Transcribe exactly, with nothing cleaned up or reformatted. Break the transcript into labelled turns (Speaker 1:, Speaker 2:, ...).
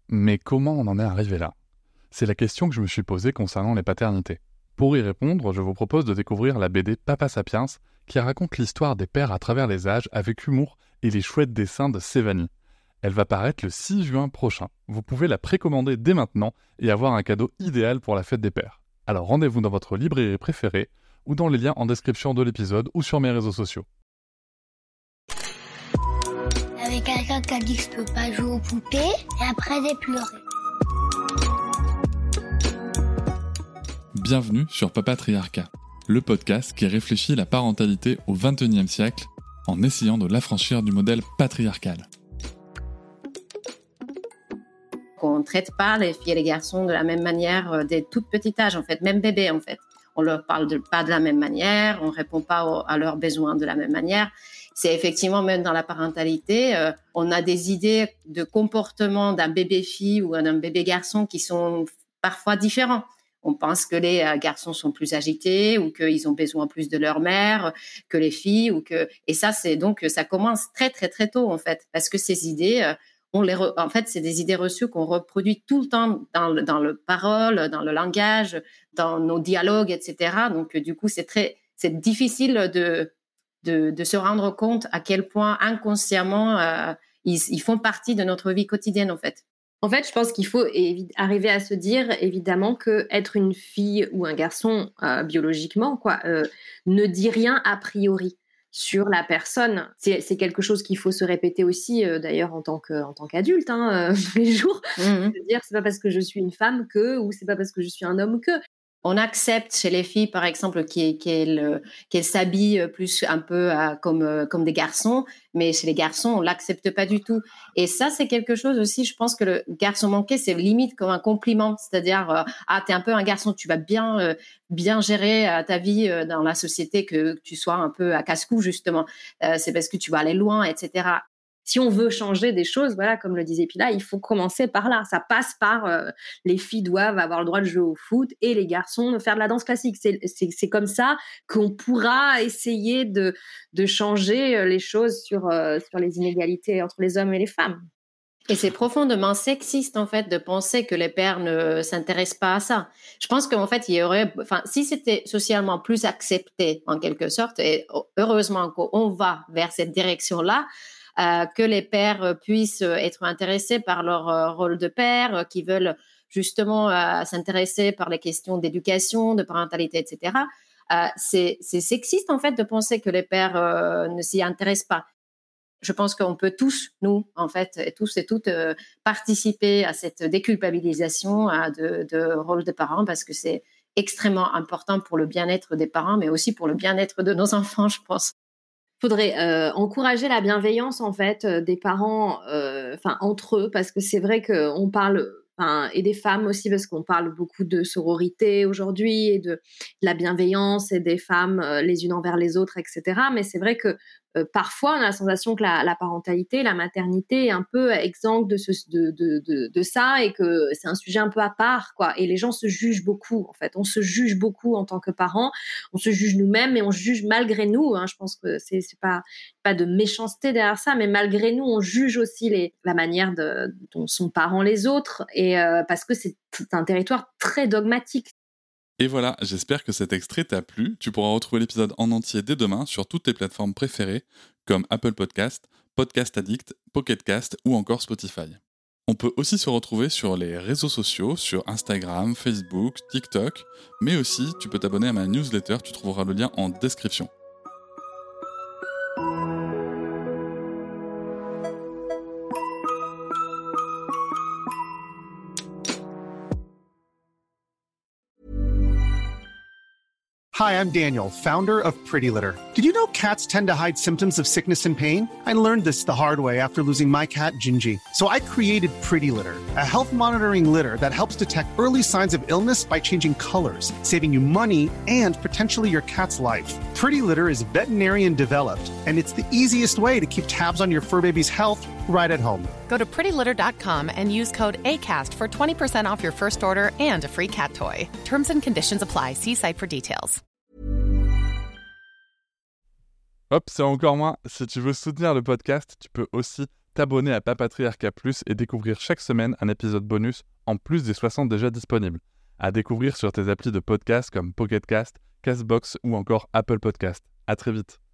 Speaker 1: Mais comment on en est arrivé là ? C'est la question que je me suis posée concernant les paternités. Pour y répondre, je vous propose de découvrir la B D Papa Sapiens, qui raconte l'histoire des pères à travers les âges avec humour et les chouettes dessins de Sévanie. Elle va paraître le six juin prochain. Vous pouvez la précommander dès maintenant et avoir un cadeau idéal pour la fête des pères. Alors rendez-vous dans votre librairie préférée ou dans les liens en description de l'épisode ou sur mes réseaux sociaux.
Speaker 2: Il y avait quelqu'un qui a dit que je peux pas jouer aux poupées et après j'ai pleuré.
Speaker 1: Bienvenue sur Papatriarcat, le podcast qui réfléchit la parentalité au vingt et unième siècle en essayant de l'affranchir du modèle patriarcal.
Speaker 3: On ne traite pas les filles et les garçons de la même manière dès tout petit âge, en fait, même bébé, en fait. On leur parle de, pas de la même manière, on ne répond pas au, à leurs besoins de la même manière. C'est effectivement, même dans la parentalité, euh, on a des idées de comportement d'un bébé-fille ou d'un bébé-garçon qui sont parfois différents. On pense que les euh, garçons sont plus agités ou qu'ils ont besoin plus de leur mère que les filles. Ou que... Et ça, c'est donc, ça commence très, très, très tôt, en fait, parce que ces idées... Euh, On les re... En fait, c'est des idées reçues qu'on reproduit tout le temps dans le, dans le parole, dans le langage, dans nos dialogues, et cetera. Donc, du coup, c'est très, c'est difficile de, de, de se rendre compte à quel point inconsciemment euh, ils, ils font partie de notre vie quotidienne, en fait.
Speaker 4: En fait, je pense qu'il faut évi- arriver à se dire, évidemment, que être une fille ou un garçon euh, biologiquement, quoi, euh, ne dit rien a priori sur la personne. C'est, c'est quelque chose qu'il faut se répéter aussi, euh, d'ailleurs, en tant que, en tant qu'adulte, hein, euh, tous les jours.
Speaker 3: Mmh.
Speaker 4: Se dire, c'est pas parce que je suis une femme que, ou c'est pas parce que je suis un homme que.
Speaker 3: On accepte chez les filles, par exemple, qu'elles, qu'elles, qu'elles s'habillent plus un peu euh, comme, euh, comme des garçons, mais chez les garçons, on l'accepte pas du tout. Et ça, c'est quelque chose aussi, je pense que le garçon manqué, c'est limite comme un compliment. C'est-à-dire, euh, ah, t'es un peu un garçon, tu vas bien, euh, bien gérer euh, ta vie euh, dans la société, que, que tu sois un peu à casse-cou, justement. Euh, c'est parce que tu vas aller loin, et cetera.
Speaker 4: Si on veut changer des choses, voilà, comme le disait Pila, il faut commencer par là. Ça passe par euh, les filles doivent avoir le droit de jouer au foot et les garçons de faire de la danse classique. C'est, c'est, c'est comme ça qu'on pourra essayer de, de changer les choses sur, euh, sur les inégalités entre les hommes et les femmes.
Speaker 3: Et c'est profondément sexiste, en fait, de penser que les pères ne s'intéressent pas à ça. Je pense qu'en fait, il y aurait, enfin, si c'était socialement plus accepté, en quelque sorte, et heureusement qu'on va vers cette direction-là, Euh, que les pères puissent être intéressés par leur euh, rôle de père, euh, qui veulent justement euh, s'intéresser par les questions d'éducation, de parentalité, et cetera. Euh, c'est, c'est sexiste, en fait, de penser que les pères euh, ne s'y intéressent pas. Je pense qu'on peut tous, nous, en fait, et tous et toutes, euh, participer à cette déculpabilisation euh, de, de rôle de parents, parce que c'est extrêmement important pour le bien-être des parents, mais aussi pour le bien-être de nos enfants, je pense.
Speaker 4: Faudrait euh, encourager la bienveillance, en fait, euh, des parents, euh, enfin, entre eux, parce que c'est vrai qu'on parle, enfin, et des femmes aussi, parce qu'on parle beaucoup de sororité aujourd'hui et de, de la bienveillance et des femmes euh, les unes envers les autres, et cetera. Mais c'est vrai que euh, parfois, on a la sensation que la, la parentalité, la maternité est un peu exsangue de, ce, de, de, de, de ça, et que c'est un sujet un peu à part, quoi. Et les gens se jugent beaucoup, en fait. On se juge beaucoup en tant que parents. On se juge nous-mêmes, et on juge malgré nous. Hein. Je pense que c'est, c'est pas, pas de méchanceté derrière ça, mais malgré nous, on juge aussi les, la manière de, dont sont parents les autres, et euh, parce que c'est, c'est un territoire très dogmatique.
Speaker 1: Et voilà, j'espère que cet extrait t'a plu. Tu pourras retrouver l'épisode en entier dès demain sur toutes tes plateformes préférées, comme Apple Podcast, Podcast Addict, Pocket Cast ou encore Spotify. On peut aussi se retrouver sur les réseaux sociaux, sur Instagram, Facebook, TikTok, mais aussi tu peux t'abonner à ma newsletter, tu trouveras le lien en description.
Speaker 5: Hi, I'm Daniel, founder of Pretty Litter. Did you know cats tend to hide symptoms of sickness and pain? I learned this the hard way after losing my cat, Gingy. So I created Pretty Litter, a health monitoring litter that helps detect early signs of illness by changing colors, saving you money and potentially your cat's life. Pretty Litter is veterinarian developed, and it's the easiest way to keep tabs on your fur baby's health right at home.
Speaker 6: Go to pretty litter dot com and use code ACAST for twenty percent off your first order and a free cat toy. Terms and conditions apply. See site for details. Hop, c'est encore moins. Si tu veux soutenir le podcast, tu peux aussi
Speaker 1: t'abonner à Papatriarcat Plus et découvrir chaque semaine un épisode bonus en plus des soixante déjà disponibles. À découvrir sur tes applis de podcast comme Pocket Cast, Castbox ou encore Apple Podcast. À très vite.